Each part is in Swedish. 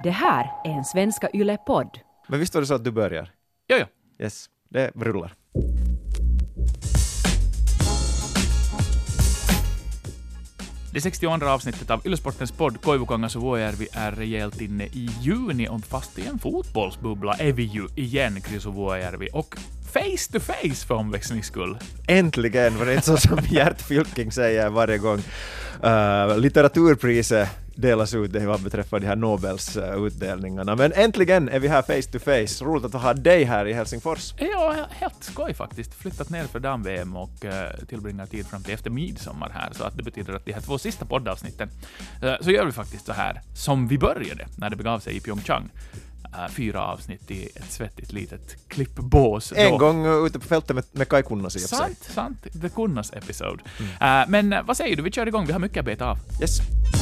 Det här är en Svenska Yle-podd. Men visst var det så att du börjar? Jo. Yes, det rullar. Det 62 avsnittet av Yle-sportens podd Koivukangas och Vuojärvi är rejält inne i juni, och fast i en fotbollsbubbla är vi ju igen, Chris och Vuojärvi, och face to face för omväxlings skull. Äntligen, var det inte så som Gert Fylking säger varje gång litteraturpriset delas ut, det vad beträffar de här Nobels utdelningarna. Men äntligen är vi här face to face. Roligt att ha dig här i Helsingfors. Ja, helt skoj faktiskt. Flyttat ner för dam-VM och tillbringar tid fram till efter midsommar här. Så att det betyder att de här 2 sista poddavsnitten så gör vi faktiskt så här som vi började när det begav sig i Pyeongchang. 4 avsnitt i ett svettigt litet klippbås. En gång ute på fältet med Kai Kunnas i och för sig. Sant. The Kunnas episode. Men vad säger du? Vi kör igång. Vi har mycket att beta av. Yes.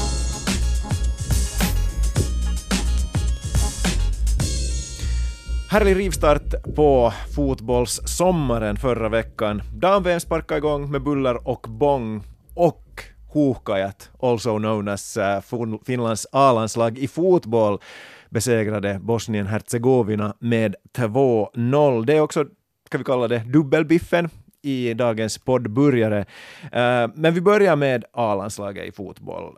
Härlig rivstart på fotbollssommaren förra veckan. Dam-VM sparkade igång med buller och bång, och Huuhkajat, also known as Finlands A-landslag i fotboll, besegrade Bosnien-Herzegovina med 2-0. Det är också, kan vi kalla det, dubbelbiffen i dagens poddbörjare. Men vi börjar med A-landslaget i fotboll.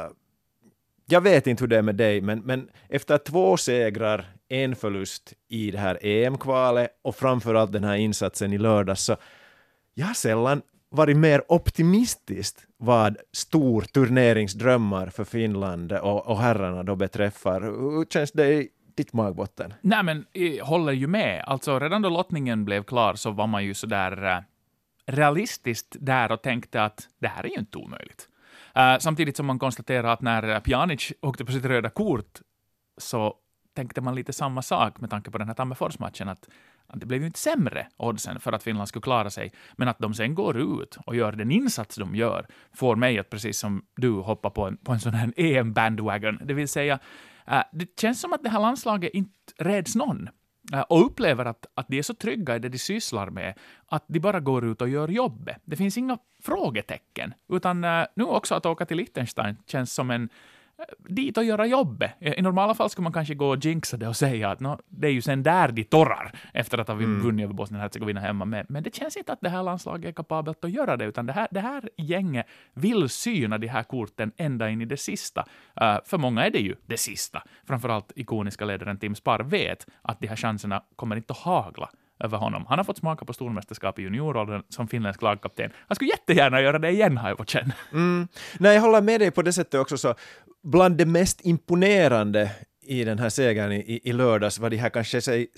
Jag vet inte hur det är med dig, men efter 2 segrar, en förlust i det här EM-kvalet och framförallt den här insatsen i lördags, så jag har sällan varit mer optimistiskt vad stor turneringsdrömmar för Finland och herrarna då beträffar. Hur känns det i ditt magbotten? Nej, men jag håller ju med. Alltså redan då lottningen blev klar så var man ju så där realistiskt där och tänkte att det här är ju inte omöjligt. Samtidigt som man konstaterar att när Pjanic åkte på sitt röda kort så tänkte man lite samma sak med tanke på den här Tammerfors-matchen, att det blev ju inte sämre oddsen för att Finland skulle klara sig, men att de sen går ut och gör den insats de gör får mig att, precis som du, hoppa på en sån här EM-bandwagon. Det vill säga, det känns som att det här landslaget inte räds någon och upplever att de är så trygga i det de sysslar med att de bara går ut och gör jobbet. Det finns inga frågetecken, utan nu också att åka till Liechtenstein känns som en dit och göra jobbet. I normala fall skulle man kanske gå och jinxa det och säga att det är ju sen där de torrar efter att ha vunnit över Bosnien-Herzegovina hemma med. Men det känns inte att det här landslaget är kapabelt att göra det, utan det här gänget vill syna de här korten ända in i det sista. För många är det ju det sista. Framförallt ikoniska ledaren Tim Sparr vet att de här chanserna kommer inte att hagla över honom. Han har fått smaka på stormästerskap i junioråldern som finländsk lagkapten. Han skulle jättegärna göra det igen, har jag fått känna. Nej, jag håller med dig på det sättet också. Så bland det mest imponerande i den här segern i lördags var de här kanske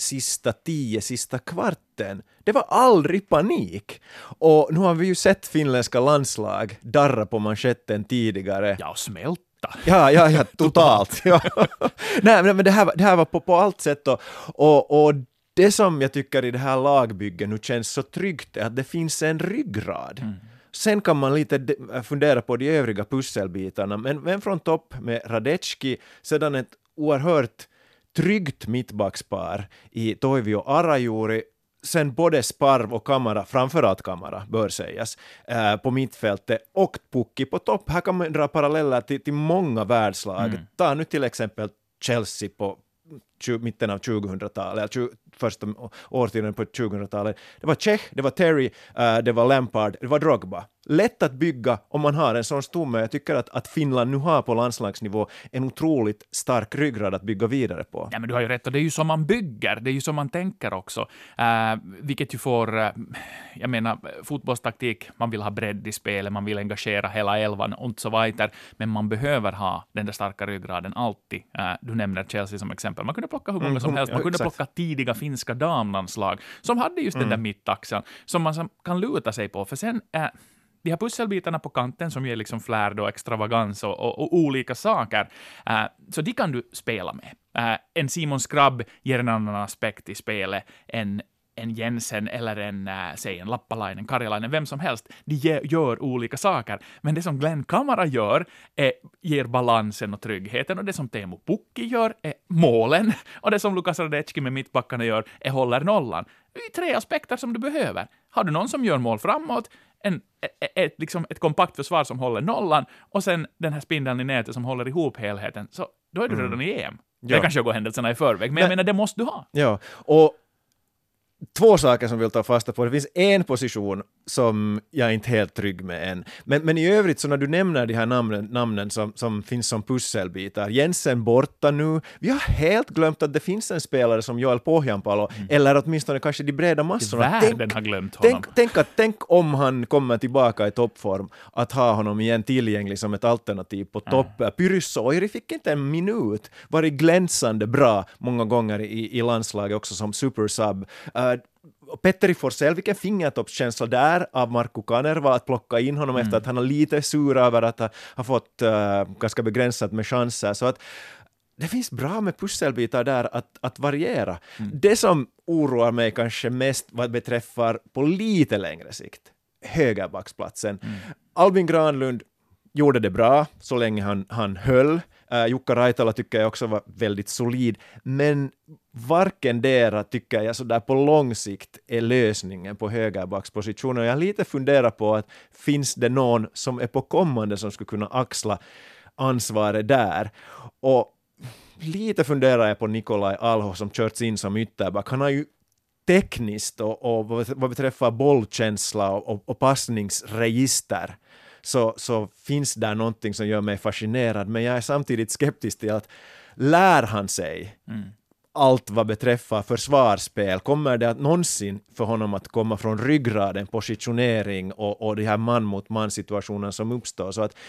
sista kvarten. Det var aldrig panik. Och nu har vi ju sett finländska landslag darra på manschetten tidigare. Ja, och smälta. Ja, totalt. Ja. Nej, men det här var på allt sätt och det som jag tycker i det här lagbygget nu känns så tryggt är att det finns en ryggrad. Sen kan man lite fundera på de övriga pusselbitarna, men från topp med Radetski, sedan ett oerhört tryggt mittbackspar i Toivio Arajuri, sen både Sparv och Kamara, framförallt Kamara bör sägas, på mittfältet, och Pukki på topp. Här kan man dra paralleller till många världslag. Ta nu till exempel Chelsea på mitten av 2000-talet, första årtionden på 2000-talet. Det var Cech, det var Terry, det var Lampard, det var Drogba. Lätt att bygga om man har en sån stomme. Jag tycker att Finland nu har på landslagsnivå en otroligt stark ryggrad att bygga vidare på. Ja, men du har ju rätt, och det är ju som man bygger, det är ju som man tänker också. Vilket ju får, jag menar, fotbollstaktik, man vill ha bredd i spelet, man vill engagera hela elvan och så vidare, men man behöver ha den där starka ryggraden alltid. Du nämner Chelsea som exempel. Man kunde plocka hur många som helst, man kunde plocka tidiga finska damlandslag som hade just den där mittaxeln som man kan luta sig på, för sen de här pusselbitarna på kanten som ger liksom flärd och extravagans och olika saker, så de kan du spela med. En Simon Skrabb ger en annan aspekt i spelet, en Jensen eller en Lappalainen, Karjalainen, vem som helst. De gör olika saker. Men det som Glenn Kamara gör ger balansen och tryggheten, och det som Teemu Pukki gör är målen, och det som Lukas Radetski med mittbackarna gör är håller nollan. Det är 3 aspekter som du behöver. Har du någon som gör mål framåt, ett kompakt försvar som håller nollan, och sen den här spindeln i nätet som håller ihop helheten, så då är du redan i EM. Det kanske går händelserna i förväg, men jag menar, det måste du ha. Ja, och två saker som vi vill ta fasta på. Det finns en position som jag är inte helt trygg med än. Men i övrigt, så när du nämner de här namnen som finns som pusselbitar. Jensen borta nu. Vi har helt glömt att det finns en spelare som Joel Pohjanpalo, eller åtminstone kanske de breda massorna. Världen har glömt honom. Tänk om han kommer tillbaka i toppform, att ha honom igen tillgänglig som ett alternativ på topp. Pyryssä Oiri fick inte en minut. Varit glänsande bra många gånger i landslaget också som supersub. Petteri Forsell, vilken fingertoppskänsla där av Markku Kanerva att plocka in honom efter att han har lite sur över att ha fått ganska begränsat med chanser. Så att det finns bra med pusselbitar där att variera. Det som oroar mig kanske mest vad beträffar på lite längre sikt, högerbacksplatsen. Albin Granlund gjorde det bra så länge han höll. Jukka Raitala tycker jag också var väldigt solid, men varken dera tycker jag så där på lång sikt är lösningen på högerbackspositionen. Jag lite funderar på att finns det någon som är på kommande som skulle kunna axla ansvaret där. Och lite funderar jag på Nikolaj Alho som körts in som ytterback. Han har ju tekniskt och vad beträffar bollkänsla och passningsregister så finns där någonting som gör mig fascinerad, men jag är samtidigt skeptisk till att lär han sig allt vad beträffar försvarsspel, kommer det att någonsin för honom att komma från ryggraden, positionering och det här man mot man situationen som uppstår. Så att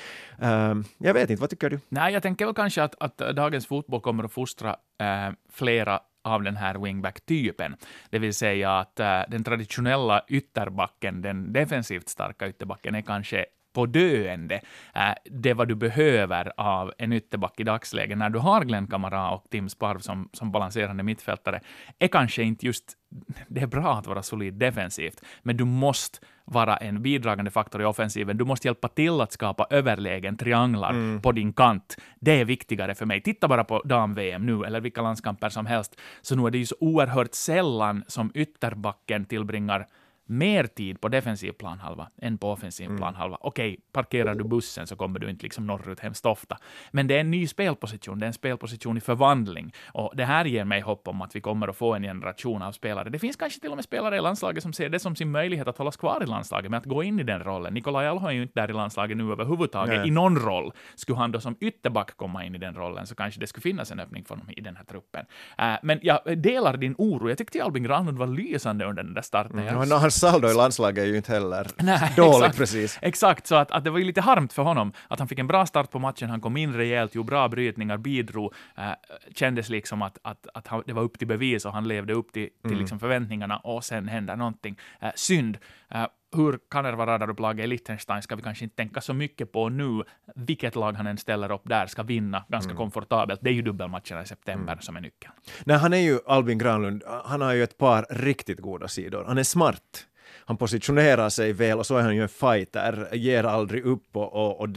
jag vet inte, vad tycker du? Nej, jag tänker väl kanske att dagens fotboll kommer att fostra flera av den här wingback-typen. Det vill säga att den traditionella ytterbacken, den defensivt starka ytterbacken, är kanske på döende. Det vad du behöver av en ytterback i dagsläget när du har Glenn Kamara och Tim Sparv som balanserande mittfältare är kanske inte just, det är bra att vara solid defensivt, men du måste vara en bidragande faktor i offensiven. Du måste hjälpa till att skapa överlägen trianglar på din kant. Det är viktigare för mig. Titta bara på dam-VM nu, eller vilka landskamper som helst, så nu är det ju så oerhört sällan som ytterbacken tillbringar mer tid på defensiv planhalva än på offensiv planhalva. Okej, parkerar du bussen så kommer du inte liksom norrut hemskt ofta. Men det är en ny spelposition, det är en spelposition i förvandling. Och det här ger mig hopp om att vi kommer att få en generation av spelare. Det finns kanske till och med spelare i landslaget som ser det som sin möjlighet att hållas kvar i landslaget med att gå in i den rollen. Nikolaj Alho är ju inte där i landslaget nu överhuvudtaget. Nej. I någon roll. Skulle han då som ytterback komma in i den rollen så kanske det skulle finnas en öppning för honom i den här truppen. Men jag delar din oro. Jag tyckte Albin Granlund var lysande under den där starten. Saldo i landslaget är ju inte heller dåligt. Exakt, precis. Exakt, så att det var ju lite harmt för honom att han fick en bra start på matchen, han kom in rejält, gjorde bra brytningar, bidrog, kändes liksom att det var upp till bevis och han levde upp till liksom förväntningarna och sen hände någonting. Synd. Hur Kanerva radar upp laget i Liechtenstein ska vi kanske inte tänka så mycket på nu. Vilket lag han än ställer upp där ska vinna ganska komfortabelt. Det är ju dubbelmatcherna i september som är nyckeln. Nej, han är ju Albin Granlund. Han har ju ett par riktigt goda sidor. Han är smart. Han positionerar sig väl och så är han ju en fighter. Ger aldrig upp och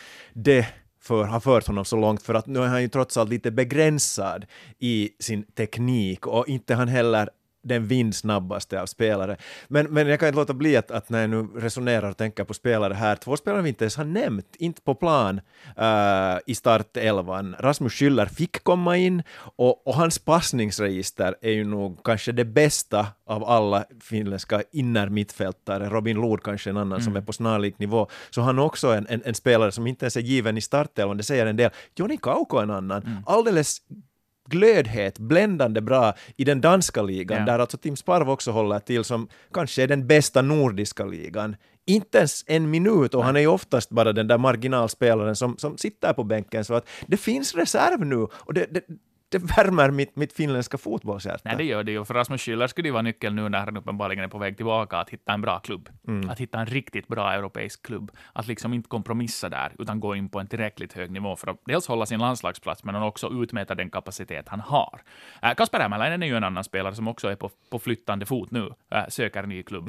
det har fört honom så långt, för att nu är han ju trots allt lite begränsad i sin teknik och inte han heller den vindsnabbaste av spelare. Men jag kan inte låta bli att när jag nu resonerar och tänker på spelare här, två spelare vi inte ens har nämnt, inte på plan i startelvan. Rasmus Schüller fick komma in och hans passningsregister är ju nog kanske det bästa av alla finländska innermittfältare. Robin Lod kanske en annan som är på snarlik nivå. Så han är också en spelare som inte ens är given i startelvan. Det säger en del. Joni Kauko en annan. Alldeles glödhet, bländande bra i den danska ligan, där alltså Tim Sparv också håller till som kanske är den bästa nordiska ligan. Inte ens en minut, och han är ju oftast bara den där marginalspelaren som sitter på bänken, så att det finns reserv nu, och det värmer mitt finländska fotbollshjärta. Nej, det gör det ju. För Rasmus Schüller skulle det vara nyckeln nu när han uppenbarligen är på väg tillbaka, att hitta en bra klubb. Att hitta en riktigt bra europeisk klubb. Att liksom inte kompromissa där, utan gå in på en tillräckligt hög nivå för att dels hålla sin landslagsplats, men också utmäta den kapacitet han har. Kasper Hämäläinen är ju en annan spelare som också är på flyttande fot nu. Söker ny klubb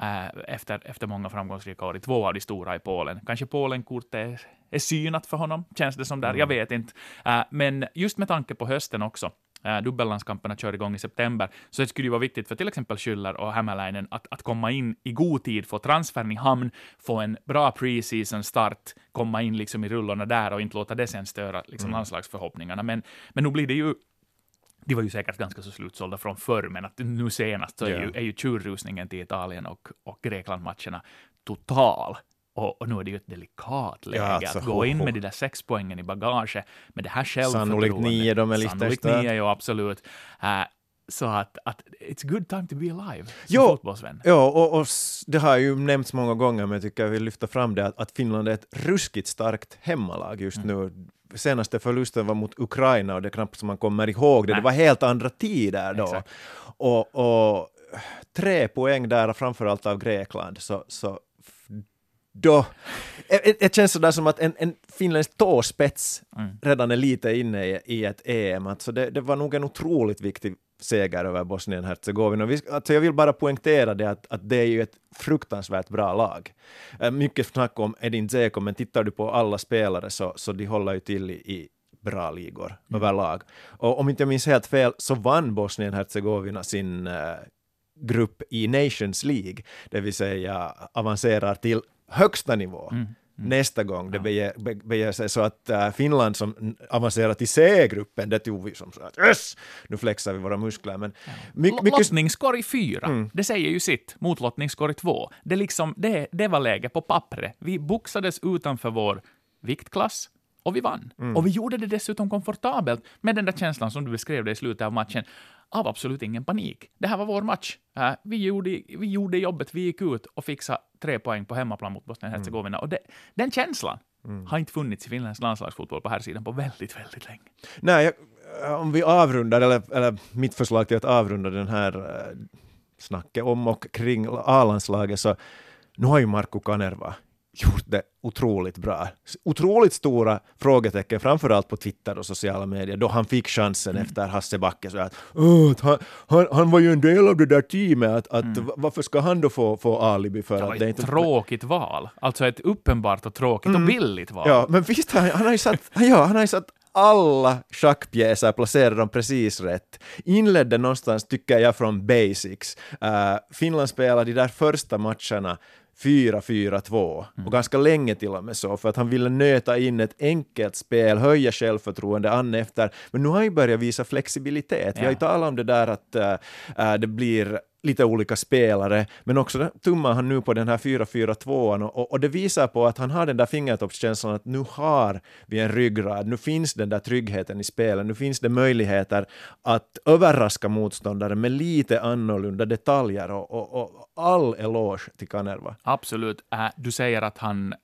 efter många framgångsrika år i två av de stora i Polen. Kanske Polen-kortet är synat för honom, känns det som där. Jag vet inte. Men just med tanke på hösten också, dubbellandskamperna kör igång i september, så det skulle ju vara viktigt för till exempel Schüller och Hämäläinen att komma in i god tid, få transfern i hamn, få en bra preseason start, komma in liksom i rullorna där och inte låta det sen störa liksom landslagsförhoppningarna. Men nu blir det ju, de var ju säkert ganska så slutsålda från förr, men att nu senast så är ju tjurrusningen till Italien och Grekland-matcherna total. Och nu är det ju ett delikat läge att gå in med de där 6 poängen i bagage, med det här självförtroendet. Sannolikt 9, de är Sannolikt 9, ja absolut. Så att it's a good time to be alive som fotbollsvän. Ja, och det har ju nämnts många gånger, men jag tycker jag vill lyfta fram det att Finland är ett ruskigt starkt hemmalag just nu. Senaste förlusten var mot Ukraina och det är knappt som man kommer ihåg det. Det var helt andra tider då. Exakt. Och 3 poäng där framförallt av Grekland. Så då det känns sådär som att en finländsk tåspets redan är lite inne i ett EM. Alltså det var nog en otroligt viktig seger över Bosnien-Hercegovina. Alltså jag vill bara poängtera det att det är ju ett fruktansvärt bra lag. Mycket snack om Edin Dzeko, men tittar du på alla spelare så de håller ju till i bra ligor överlag. Och om inte jag minns helt fel så vann Bosnien-Hercegovina sin grupp i Nations League, det vill säga avancerar till högsta nivå nästa gång. Det beger sig så att Finland som avancerar till C-gruppen, det tog vi som så att yes, nu flexar vi våra muskler. Men lottningsskorg 4, det säger ju sitt mot lottningsskorg 2. Det var läge på pappret. Vi boxades utanför vår viktklass och vi vann. Och vi gjorde det dessutom komfortabelt med den där känslan som du beskrev det i slutet av matchen. Av absolut ingen panik. Det här var vår match. Vi gjorde jobbet, vi gick ut och fixade 3 poäng på hemmaplan mot Bosnien-Hercegovina. Och den känslan har inte funnits i Finlands landslagsfotboll på här sidan på väldigt, väldigt länge. Nej, om vi avrundar, eller mitt förslag till att avrunda den här snacket om och kring A-landslaget, så nu har ju Markku Kanerva gjort det otroligt bra. Otroligt stora frågetecken, framförallt på Twitter och sociala medier, då han fick chansen efter Hasse Backe. Så att han var ju en del av det där teamet. Varför ska han då få alibi för det att det inte... ett tråkigt val. Alltså ett uppenbart och tråkigt och billigt val. Ja, men visst, han har ju satt alla schackpjäser, placerade dem precis rätt. Inledde någonstans, tycker jag, från basics. Finland spelade de där första matcherna 4-4-2 och ganska länge till och med så, för att han ville nöta in ett enkelt spel, höja självförtroende efter, men nu har han ju börjat visa flexibilitet. Vi har ju talat om det där att det blir lite olika spelare, men också tummar han nu på den här 4-4-2 och det visar på att han har den där fingertoppskänslan att nu har vi en ryggrad, nu finns den där tryggheten i spelet, nu finns det möjligheter att överraska motståndare med lite annorlunda detaljer och all eloge till Kanerva. Absolut. Du säger att han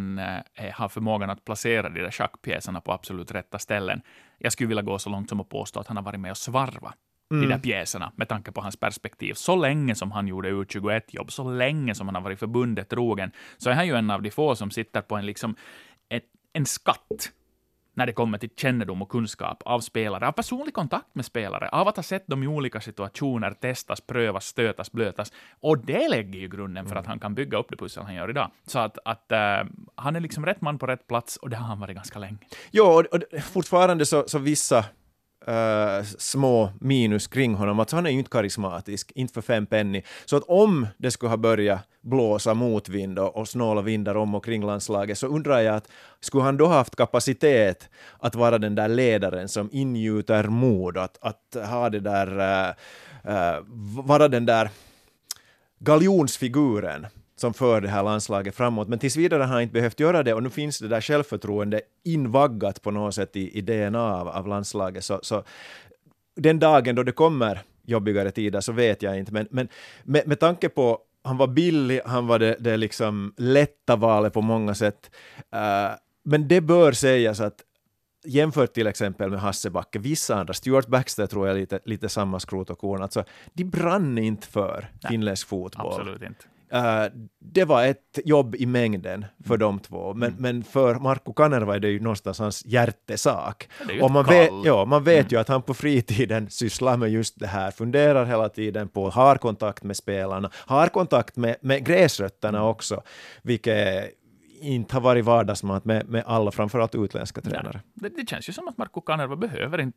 har förmågan att placera de där schackpjäserna på absolut rätta ställen. Jag skulle vilja gå så långt som att påstå att han har varit med och svarva de där pjäserna med tanke på hans perspektiv. Så länge som han gjorde U21-jobb, så länge som han har varit förbundet trogen, så är han ju en av de få som sitter på en skatt när det kommer till kännedom och kunskap av spelare, av personlig kontakt med spelare, av att ha sett dem i olika situationer testas, prövas, stötas, blötas. Och det lägger ju grunden för att han kan bygga upp det pussel han gör idag. Så att han är liksom rätt man på rätt plats, och det har han varit ganska länge. Ja, och fortfarande så vissa små minus kring honom, att han är ju inte karismatisk, inte för 5 penny. Så att om det skulle ha börjat blåsa motvind och snåla vindar om och kring landslaget, så undrar jag att skulle han då haft kapacitet att vara den där ledaren som ingjuter mod, att ha det där vara den där galjonsfiguren som för det här landslaget framåt. Men tills vidare har han inte behövt göra det, och nu finns det där självförtroende invaggat på något sätt i DNA av landslaget. Så den dagen då det kommer jobbigare tider så vet jag inte. Men med tanke på han var billig, han var det liksom lätta valet på många sätt. Men det bör sägas att jämfört till exempel med Hasse Backe, vissa andra, Stuart Baxter tror jag lite samma skrot och korn. Alltså, de brann inte för finländsk fotboll. Absolut inte. Det var ett jobb i mängden för de två, men för Markku Kanerva är det ju någonstans hans hjärtesak. Och man vet ju att han på fritiden sysslar med just det här, funderar hela tiden på, har kontakt med spelarna, har kontakt med gräsrötterna också, vilket inte har varit vardagsmat med alla, framförallt utländska tränare. Det känns ju som att Markku Kanerva behöver inte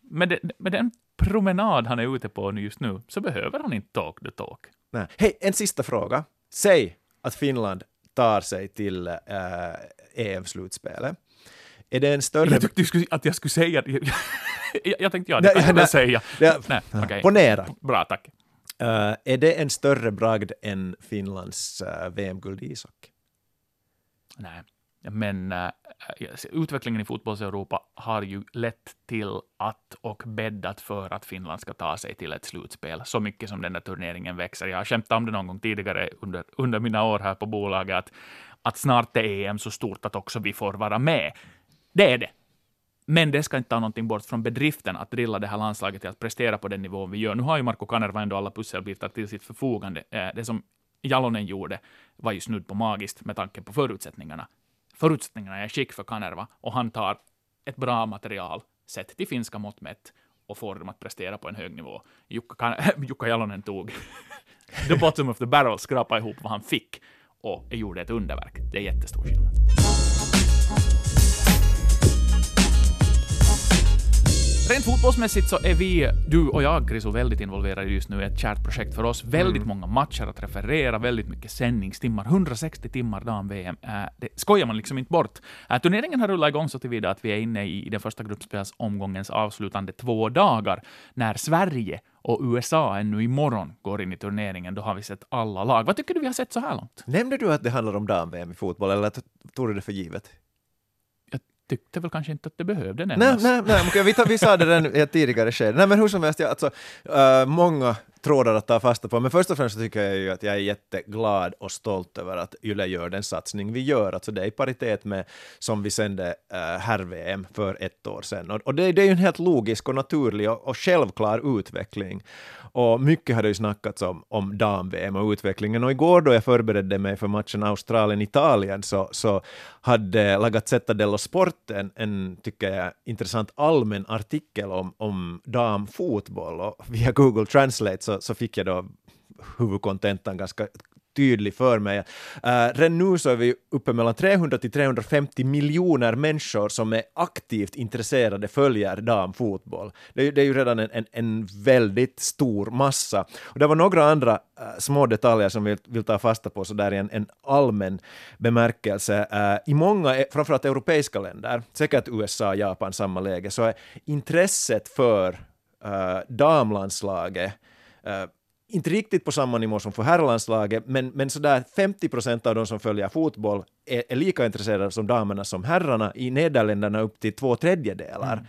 med den promenad han är ute på just nu så behöver han inte talk the talk. Nej. Hej, en sista fråga. Säg att Finland tar sig till EM-slutspelet. Är det en större... Jag tyckte att jag skulle säga... jag tänkte det kan jag säga. Nej, okay. Ponera. Bra, tack. Är det en större bragd än Finlands VM-guld i ishockey? Nej, men utvecklingen i fotbolls-Europa har ju lett till att och bäddat för att Finland ska ta sig till ett slutspel. Så mycket som den där turneringen växer. Jag har skämtat om det någon gång tidigare under mina år här på bolaget att snart är EM så stort att också vi får vara med. Det är det. Men det ska inte ta någonting bort från bedriften att drilla det här landslaget till att prestera på den nivån vi gör. Nu har ju Marko Kanerva ändå alla pusselbitar till sitt förfogande. Det som Jalonen gjorde var ju snudd på magiskt med tanke på förutsättningarna. Förutsättningarna är skick för Kanerva och han tar ett bra material sett till finska mått mätt och får dem att prestera på en hög nivå. Jukka Jalonen tog the bottom of the barrel, skrapa ihop vad han fick och gjorde ett underverk. Det är jättestor skillnad. Rent fotbollsmässigt så är vi, du och jag, Chris, väldigt involverade just nu i ett kärt projekt för oss. Väldigt många matcher att referera, väldigt mycket sändningstimmar, 160 timmar dam-VM. Det skojar man liksom inte bort. Turneringen har rullat igång så tillvida att vi är inne i den första gruppspelsomgångens avslutande 2 dagar. När Sverige och USA ännu imorgon går in i turneringen, då har vi sett alla lag. Vad tycker du vi har sett så här långt? Nämnde du att det handlar om dam-VM i fotboll, eller tog du det för givet? Tyckte väl kanske inte att det behövde nämnas. Nej, vi sa det redan i ett tidigare skede. Nej, men hur som helst, många trådar att ta fasta på, men först och främst så tycker jag ju att jag är jätteglad och stolt över att Yle gör den satsning vi gör. Alltså det är i paritet med som vi sände herr-VM för 1 år sedan. Och det är ju en helt logisk och naturlig och självklar utveckling. Och mycket har det ju snackats om dam-VM och utvecklingen. Och igår då jag förberedde mig för matchen Australien-Italien så hade La Gazzetta dello Sport en tycker jag, intressant allmän artikel om damfotboll. Och via Google Translate så fick jag då huvudkontentan ganska tydlig för mig. Redan nu så är vi uppe mellan 300 till 350 miljoner människor som är aktivt intresserade följer damfotboll. Det är ju redan en väldigt stor massa. Och det var några andra små detaljer som vill ta fasta på så där i en allmän bemärkelse. I många, framförallt europeiska länder, säkert USA, Japan, samma läge, så är intresset för damlandslaget inte riktigt på samma nivå som för herrlandslaget, men sådär 50% av de som följer fotboll är lika intresserade som damerna som herrarna. I Nederländerna upp till 2/3.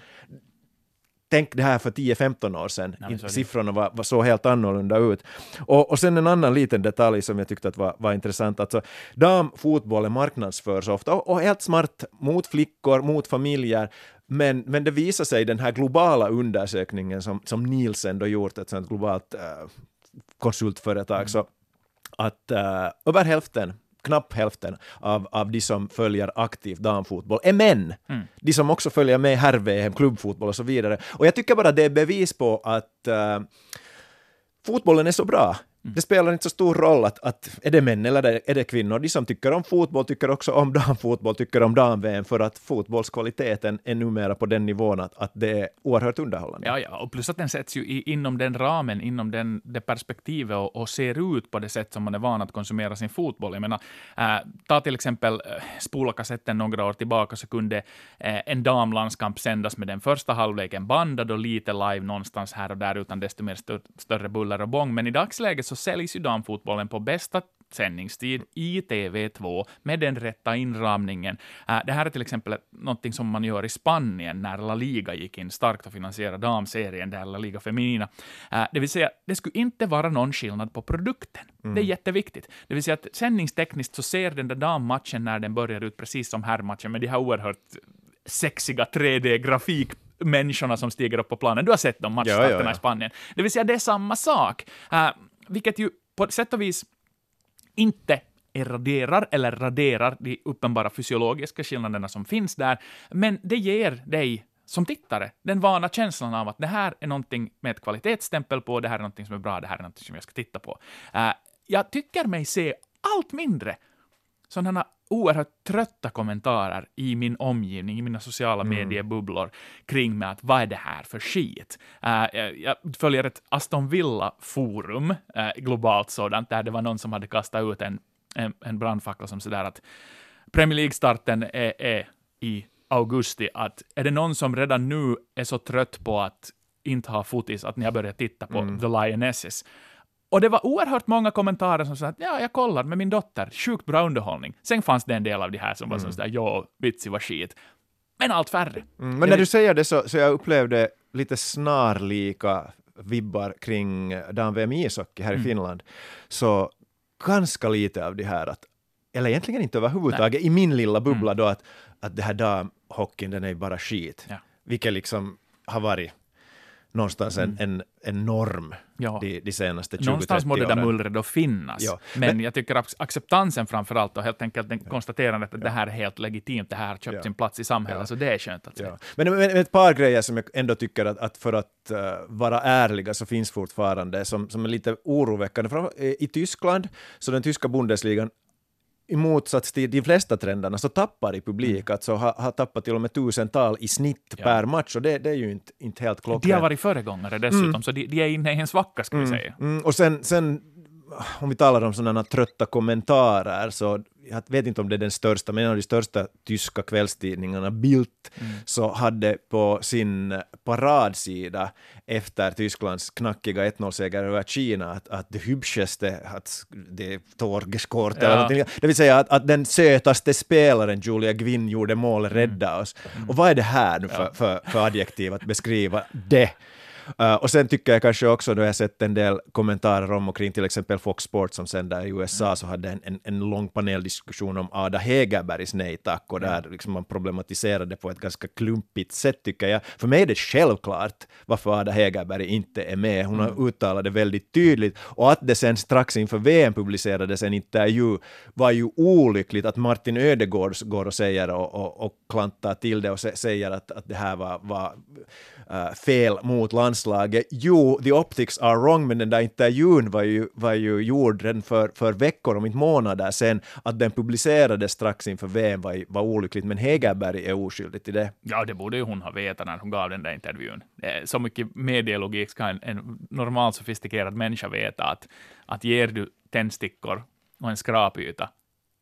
Tänk det här för 10-15 år sedan. Siffrorna var så helt annorlunda ut. Och sen en annan liten detalj som jag tyckte att var intressant. Alltså, damfotbollen marknadsförs ofta och helt smart mot flickor, mot familjer. Men det visar sig i den här globala undersökningen som Nielsen då gjort, ett sånt globalt konsultföretag, så att över hälften, knappt hälften av de som följer aktivt damfotboll är män. De som också följer med herr-VM, klubbfotboll och så vidare. Och jag tycker bara det är bevis på att fotbollen är så bra. Det spelar inte så stor roll att är det män eller är det kvinnor. De som tycker om fotboll tycker också om damfotboll, tycker om dam-VM, för att fotbollskvaliteten är numera på den nivån att det är oerhört underhållande. Ja, och plus att den sätts ju inom den ramen, inom det perspektivet och ser ut på det sätt som man är van att konsumera sin fotboll. Jag menar, ta till exempel spola kassetten några år tillbaka, så kunde en damlandskamp sändas med den första halvleken bandad och lite live någonstans här och där utan desto mer större buller och bång. Men i dagsläget så säljs ju damfotbollen på bästa sändningstid i TV2 med den rätta inramningen. Det här är till exempel någonting som man gör i Spanien när La Liga gick in starkt och finansierade damserien, där La Liga Feminina. Det vill säga, det skulle inte vara någon skillnad på produkten. Det är jätteviktigt. Det vill säga att sändningstekniskt så ser den där dammatchen när den börjar ut precis som herrmatchen med de här oerhört sexiga 3D-grafik människorna som stiger upp på planen. Du har sett de matchstarterna i Spanien. Det vill säga, det är samma sak. Vilket ju på sätt och vis inte raderar de uppenbara fysiologiska skillnaderna som finns där, men det ger dig som tittare den vana känslan av att det här är någonting med ett kvalitetsstämpel på, det här är någonting som är bra, det här är någonting som jag ska titta på. Jag tycker mig se allt mindre sådana oerhört trötta kommentarer i min omgivning, i mina sociala mediebubblor kring mig att vad är det här för skit? Jag följer ett Aston Villa-forum, globalt sådant, där det var någon som hade kastat ut en brandfackla som sådär att Premier League-starten är i augusti, att är det någon som redan nu är så trött på att inte ha fotis att ni har börjat titta på The Lionesses? Och det var oerhört många kommentarer som sa att ja, jag kollar med min dotter, sjukt bra underhållning. Sen fanns det en del av de här som var sådär, jo, vitsi var skit. Men allt färre. Men när du säger det så jag upplevde lite snarlika vibbar kring dam-VM i ishockey här i Finland. Så ganska lite av det här, eller egentligen inte överhuvudtaget, i min lilla bubbla då, att det här damhockeyn, den är bara skit. Ja. Vilket liksom har varit någonstans en norm de senaste 20-30 åren. Någonstans må det där mullret då finnas. Ja. Men jag tycker att acceptansen framförallt och helt enkelt konstaterandet att det här är helt legitimt, det här har köpt sin plats i samhället, så det är skönt att säga. Men ett par grejer som jag ändå tycker att för att vara ärliga så finns fortfarande som är lite oroväckande. I Tyskland, så den tyska Bundesligan, i motsats till de flesta trenderna så tappar i publik, alltså har tappat till och med 1000-tal i snitt per match, och det är ju inte helt klockrent. De har varit föregångare dessutom, så de är inne i en svacka, ska vi säga. Och sen om vi talar om sådana trötta kommentarer, så jag vet inte om det är den största, men en av de största tyska kvällstidningarna, Bild, så hade på sin paradsida efter Tysklands knackiga 1-0-seger över Kina att det hybschaste, att det är Torgeskort eller någonting. Det vill säga att den sötaste spelaren, Julia Gwynn, gjorde mål, rädda oss. Och vad är det här nu för adjektiv att beskriva det? Och sen tycker jag kanske också, då jag sett en del kommentarer om och kring till exempel Fox Sports som sänder i USA, så hade en lång paneldiskussion om Ada Hegerbergs nej tack, och där liksom man problematiserade på ett ganska klumpigt sätt, tycker jag. För mig är det självklart varför Ada Hegerberg inte är med. Hon har uttalat det väldigt tydligt, och att det sen strax inför VM publicerades en intervju var ju olyckligt, att Martin Ödegård går och säger och klantar till det och säger att det här var fel mot landslaget. Jo, the optics are wrong, men den där intervjun var ju gjord redan för veckor, om inte månader sen. Att den publicerades strax inför VM var olyckligt, men Hegerberg är oskyldig till det. Ja, det borde ju hon ha vetat när hon gav den där intervjun. Så mycket medielogik ska en normal sofistikerad människa veta att ger du tändstickor och en skrapyta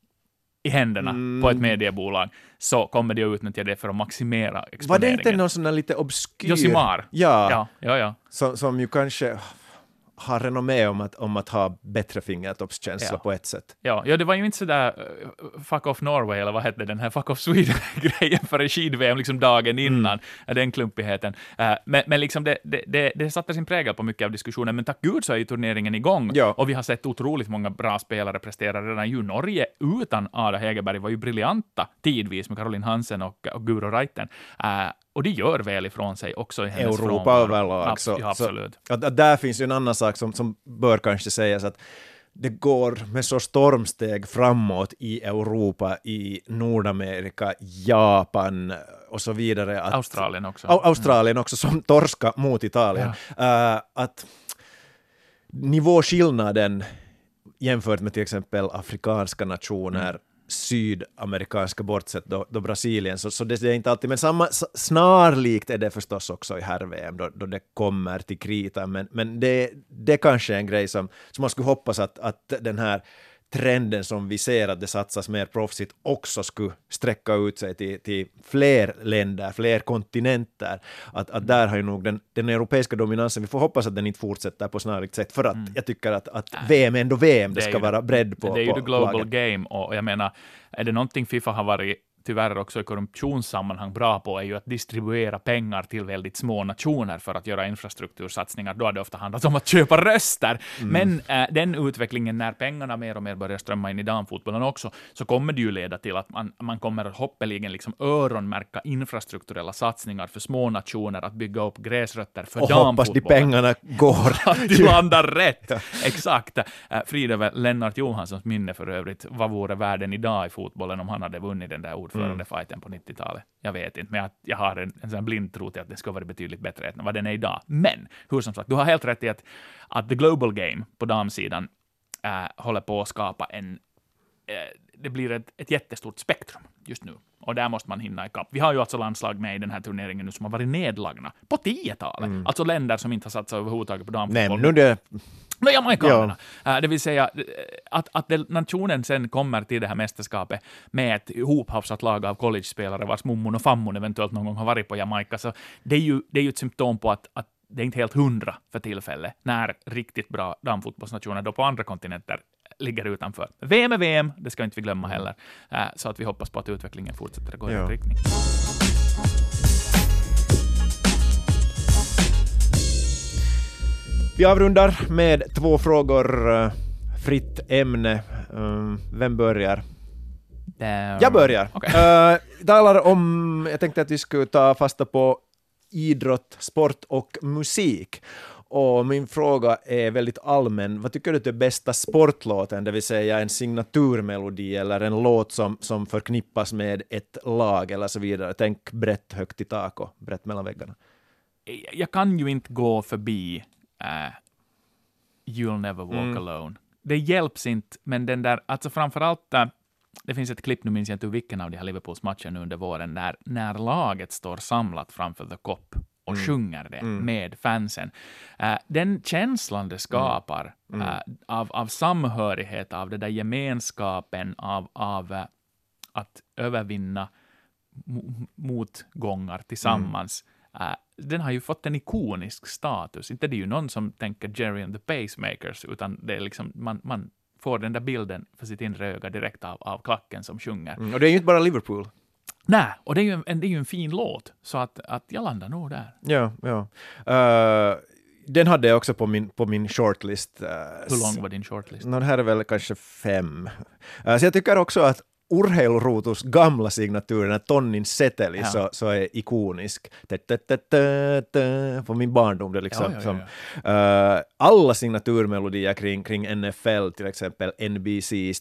i händerna på ett mediebolag, så kommer de att utnyttja det för att maximera exponeringen. Var det inte någon sån där lite obskyr... Josimar. Ja. Som ju kanske har renommé om att ha bättre fingertoppskänsla på ett sätt. Ja, det var ju inte sådär fuck off Norway, eller vad hette den här fuck off Sweden-grejen för en skid-VM liksom dagen innan, den klumpigheten. Men liksom det satte sin prägel på mycket av diskussionen, men tack gud så är ju turneringen igång, och vi har sett otroligt många bra spelare prestera redan ju. Norge utan Ada Hegerberg var ju briljanta tidvis med Caroline Hansen och Guro Reiten. Och det gör väl ifrån sig också i hennes Europa överlag. Absolut. Att där finns ju en annan sak som bör kanske sägas, att det går med så stormsteg framåt i Europa, i Nordamerika, Japan och så vidare. Australien också. Australien också, som torska mot Italien. Att nivåskillnaden jämfört med till exempel afrikanska nationer, sydamerikanska bortsett då Brasilien, så det är inte alltid, men snarlikt är det förstås också i herr-VM då det kommer till krita, men det kanske är en grej som man skulle hoppas att den här trenden som vi ser, att det satsas mer proffsigt, också skulle sträcka ut sig till fler länder, fler kontinenter. Att där har ju nog den europeiska dominansen, vi får hoppas att den inte fortsätter på snarlikt sätt, för att jag tycker att VM är ändå VM, det ska vara bredd på. Det är ju the global laget. Game, och jag menar, är det någonting FIFA har varit tyvärr också i korruptionssammanhang bra på, är ju att distribuera pengar till väldigt små nationer för att göra infrastruktursatsningar. Då har det ofta handlat om att köpa röster. Men den utvecklingen, när pengarna mer och mer börjar strömma in i damfotbollen också, så kommer det ju leda till att man kommer att hoppeligen liksom öronmärka infrastrukturella satsningar för små nationer att bygga upp gräsrötter för och damfotbollen. hoppas de pengarna går. Att de landar rätt. Exakt. Friede Lennart Johanssons minne för övrigt. Vad vore världen idag i fotbollen om han hade vunnit den där ordförandefajten på 90-talet? Jag vet inte, men jag har en sån blind tro till att det ska vara betydligt bättre än vad den är idag. Men, hur som sagt, du har helt rätt i att the global game på damsidan håller på att skapa det blir ett jättestort spektrum just nu. Och där måste man hinna ikapp. Vi har ju alltså landslag med i den här turneringen nu som har varit nedlagna på 10-talet. Alltså länder som inte har satt sig överhuvudtaget på damfotboll. Nej, nu det... Amerikanerna. Det vill säga att nationen sen kommer till det här mästerskapet med ett hophafsat lag av college-spelare vars mummon och fammon eventuellt någon gång har varit på Jamaica. Så det är ju ett symptom på att det är inte helt 100 för tillfället när riktigt bra damfotbollsnationer då på andra kontinenter ligger utanför. VM är VM, det ska inte vi glömma heller. Så att vi hoppas på att utvecklingen fortsätter att gå i rätt riktning. Vi avrundar med 2 frågor. Fritt ämne. Vem börjar? Jag börjar. Okay. Jag tänkte att vi skulle ta fasta på idrott, sport och musik. Och min fråga är väldigt allmän. Vad tycker du är bästa sportlåten? Det vill säga en signaturmelodi eller en låt som förknippas med ett lag eller så vidare. Tänk brett högt i tak och brett mellan väggarna. Jag kan ju inte gå förbi You'll Never Walk Alone. Det hjälps inte, men den där, alltså framförallt, det finns ett klipp, nu minns jag inte vilken av de här Liverpools matcherna under våren, när laget står samlat framför The Kop och sjunger det med fansen. Den känslan det skapar av samhörighet, av det där gemenskapen, av att övervinna motgångar tillsammans, den har ju fått en ikonisk status. Inte det är ju någon som tänker Jerry and the Pacemakers, utan det är liksom, man får den där bilden för sitt inre öga direkt av klacken som sjunger. Och det är ju inte bara Liverpool. Nej, och det är ju en fin låt, så att jag landar nog där. Ja. Den hade jag också på min shortlist. Hur lång var din shortlist? Den här är väl kanske 5. Så jag tycker också att Urheiluruutus gamla signaturen, Tonnin seteli, så är ikonisk. På min barndom, det liksom alla signaturmelodier kring NFL, till exempel NBCs.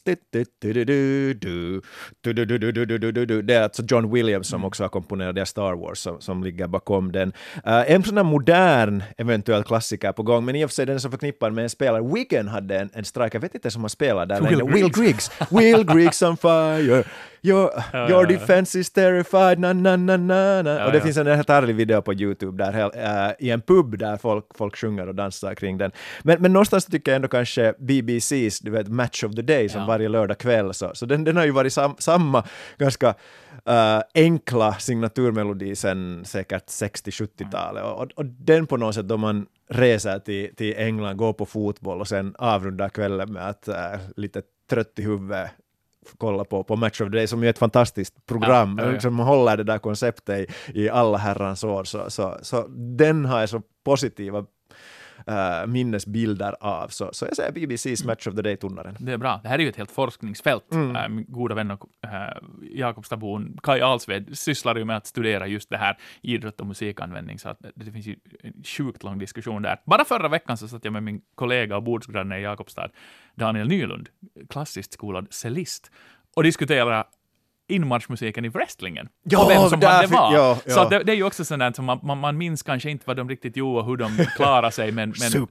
Det är alltså John Williams som också har komponerat Star Wars som ligger bakom den. En sån här modern eventuell klassiker på gång, men i och för sig den som förknippar med en spelare. Wigan hade en strike, jag vet inte som har spelat där. Will Griggs on fire. Your defense is terrified, na. Och det finns en helt härlig video på YouTube där i en pub där folk sjunger och dansar kring den. Men någonstans tycker jag ändå kanske BBCs, du vet, Match of the Day som varje lördag kväll. Så den har ju varit samma ganska enkla signaturmelodi sen säkert 60-70-talet. Och den på något sätt då man reser till England, går på fotboll och sen avrundar kvällen med att lite trött i huvudet kolla på Match of the Day, som är ett fantastiskt program som håller det där konceptet i alla herrans år. Så den har jag så positiva minnesbilder av. Så jag säger BBCs Match of the Day-tunnaren. Det är bra. Det här är ju ett helt forskningsfält. Min goda vän och Jakobstabon Kai Alsved sysslar ju med att studera just det här idrott och musikanvändning, så att det finns ju en sjukt lång diskussion där. Bara förra veckan så satt jag med min kollega och bordsgranne i Jakobstad, Daniel Nylund, klassiskt skolad cellist, och diskuterade inmarschmusiken i wrestlingen. Och vem som det var. Ja. Så det är ju också sådant som man minns kanske inte vad de riktigt gjorde och hur de klarar sig. Men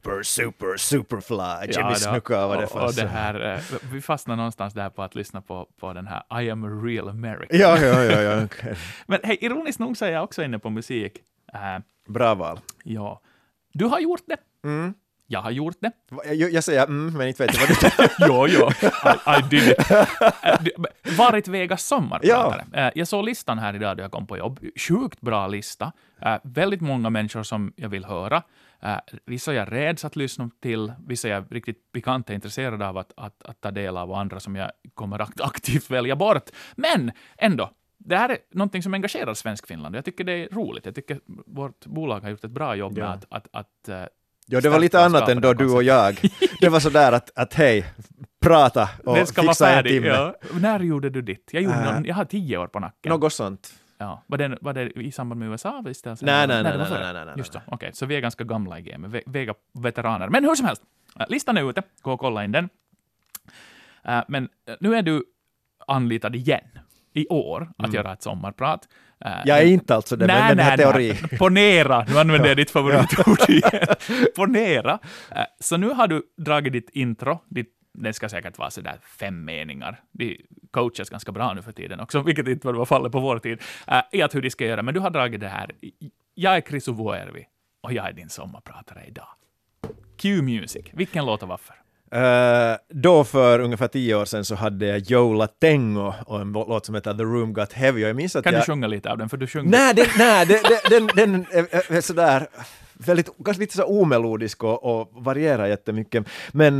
Superfly, Jimmy Snuka var det fast. Och det här, vi fastnar någonstans där på att lyssna på den här I am a real American. Ja. Okay. Men hej, ironiskt nog så är jag också inne på musik. Bra val. Ja. Du har gjort det. Jag har gjort det. Jag säger men inte vet jag vad du Jo, I did it. Varit Vegas sommarpratare. Ja. Jag såg listan här idag då jag kom på jobb. Sjukt bra lista. Väldigt många människor som jag vill höra. Vissa jag räds att lyssna till. Vissa jag riktigt pikant är intresserade av att ta del av, och andra som jag kommer aktivt välja bort. Men ändå. Det här är någonting som engagerar svensk Finland. Jag tycker det är roligt. Jag tycker vårt bolag har gjort ett bra jobb med att ja, det var lite annat än då du och jag. Det var sådär att hej, prata och fixa en timme. Ja. När gjorde du ditt? Jag har 10 år på nacken. Något sånt. Ja. Var det i samband med USA? Visst? Nej. Just så. Okej, så vi är ganska gamla i gamet. Vega-veteraner. Men hur som helst, listan är ute. Gå och kolla in den. Men nu är du anlitad igen i år att göra ett sommarprat. Jag är inte alltså det, men den här teorin. Ponera, nu använder jag ditt favoritord igen. Ponera. Så nu har du dragit ditt intro, ditt den ska säkert vara sådär 5 meningar. De coachas ganska bra nu för tiden också, vilket inte var fallet på vår tid, i att hur de ska göra. Men du har dragit det här. Jag är Krisu Vuojärvi och jag är din sommarpratare idag. Q-music. Vilken låt och varför? Då för ungefär 10 år sedan så hade jag Joe Latengo och en låt som heter The Room Got Heavy. Och jag minns att kan du sjunga lite av den? För du sjunger. Den är sådär väldigt, kanske lite så omelodisk och varierar jättemycket. Men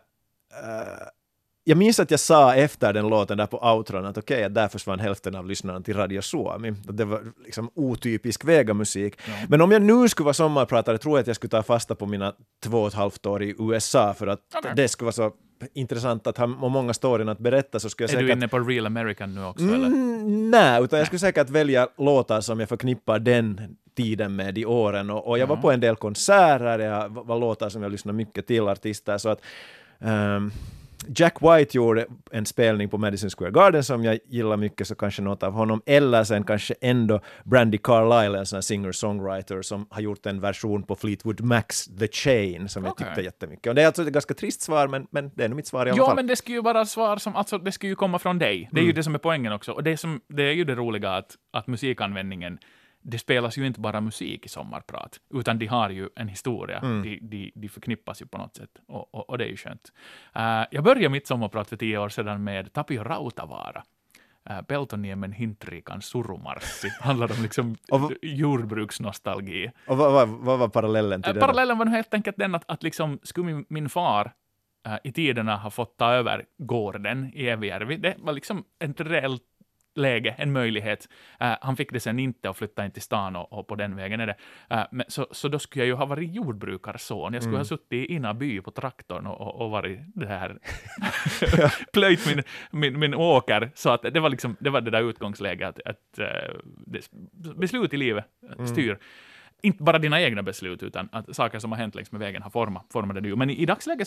jag minns att jag sa efter den låten där på outron att okej, där försvann hälften av lyssnarna till Radio Suomi. Det var liksom otypisk Vega-musik. Ja. Men om jag nu skulle vara sommarpratare tror jag att jag skulle ta fasta på mina 2,5 år i USA för att det skulle vara så intressant att ha många storyn att berätta. Så skulle jag säkert... du inne på Real American nu också? Eller? Nej, utan jag skulle säkert välja låtar som jag förknippar den tiden med i åren. Och jag var på en del konserter, jag var låtar som jag lyssnade mycket till, artister. Så att... Jack White gjorde en spelning på Madison Square Garden som jag gillar mycket, så kanske något av honom. Eller sen kanske ändå Brandi Carlile, en sån här singer-songwriter som har gjort en version på Fleetwood Macs The Chain som jag tyckte jättemycket. Och det är alltså ett ganska trist svar, men det är nog mitt svar i alla fall. Ja, men det ska ju vara svar som, alltså det ska ju komma från dig. Det är ju det som är poängen också. Och det är ju det roliga att musikanvändningen, det spelas ju inte bara musik i sommarprat, utan de har ju en historia. De förknippas ju på något sätt. Och det är ju skönt. Jag började mitt sommarprat för 10 år sedan med Tapio Rautavaara. Peltoniemen hintrikan surumarssi. Handlar om liksom jordbruksnostalgi. Och vad var parallellen till det? Parallellen var helt enkelt den att liksom skulle min far i tiderna ha fått ta över gården i Evijärvi. Det var liksom ett reellt läge, en möjlighet. Han fick det sen inte och flyttade in till stan och på den vägen är det. Men så då skulle jag ju ha varit jordbrukarson. Jag skulle ha suttit i Ina by på traktorn och varit det här plöjt min åker. Så att det var det där utgångsläget att beslut i livet styr. Inte bara dina egna beslut utan att saker som har hänt längs med vägen har format det. Men i dagsläget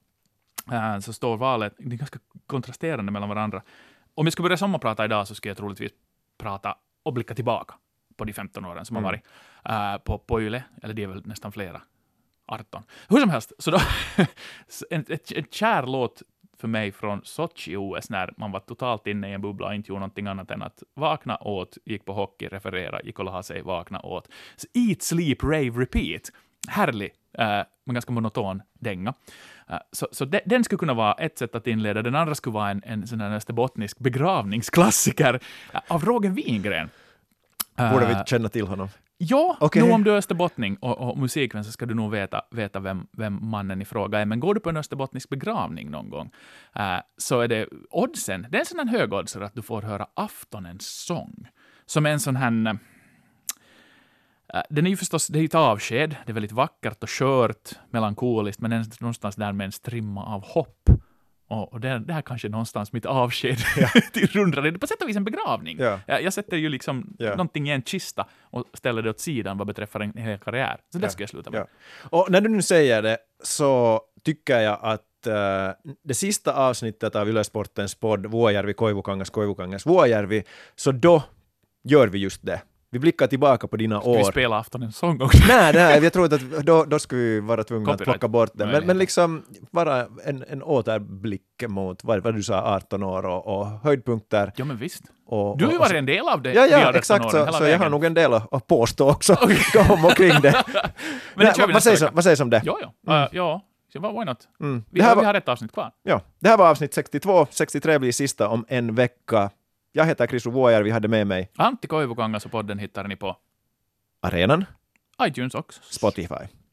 så står valet, det är ganska kontrasterande mellan varandra. Om jag skulle börja sommarprata idag så skulle jag troligtvis prata och blicka tillbaka på de 15 åren som har varit på Yle, eller det är väl nästan flera, 18. Hur som helst, så då en kär låt för mig från Sochi-OS när man var totalt inne i en bubbla och inte gjorde någonting annat än att vakna åt, gick på hockey, referera, gick och la sig, vakna åt. Så Eat, Sleep, Rave, Repeat. Härlig, men ganska monoton dänga. Så den skulle kunna vara ett sätt att inleda. Den andra skulle vara en sån här österbottnisk begravningsklassiker av Roger Wingren. Borde vi känna till honom? Ja, okay. Nu om du är österbottning och musikvän så ska du nog veta vem mannen i fråga är. Men går du på en österbottnisk begravning någon gång så är det oddsen. Det är en sån här hög odds att du får höra aftonens sång. Som är en sån här... Den är ju förstås, det är ett avsked, det är väldigt vackert och skört, melankoliskt, men någonstans där med en strimma av hopp. Och det här kanske är någonstans mitt avsked till rundrade. På sätt och vis en begravning. Ja. Jag sätter ju liksom någonting i en kista och ställer det åt sidan vad beträffar en hel karriär. Så det ska jag sluta med. Ja. Och när du nu säger det så tycker jag att det sista avsnittet av Yle Sportens podd Vuojärvi, Koivukangas, Vuojärvi, så då gör vi just det. Vi blickar tillbaka på dina år. Ska vi spela aftonens sång också? Nej, jag tror att då skulle vi vara tvungna att plocka bort det. Men liksom bara en återblick mot vad du sa, 18 år och höjdpunkter. Ja, men visst. Du har ju varit en del av det. Ja, exakt. Så jag har nog en del att påstå också om och kring det. Men vad sägs om det? Ja, why not? Vi har ett avsnitt kvar. Ja, det här var avsnitt 62. 63 blir sista om en vecka. Jag heter Krisu Vuojärvi, vi hade med mig Antti Koivukangas och podden hittar ni på Arenan, iTunes också, Spotify.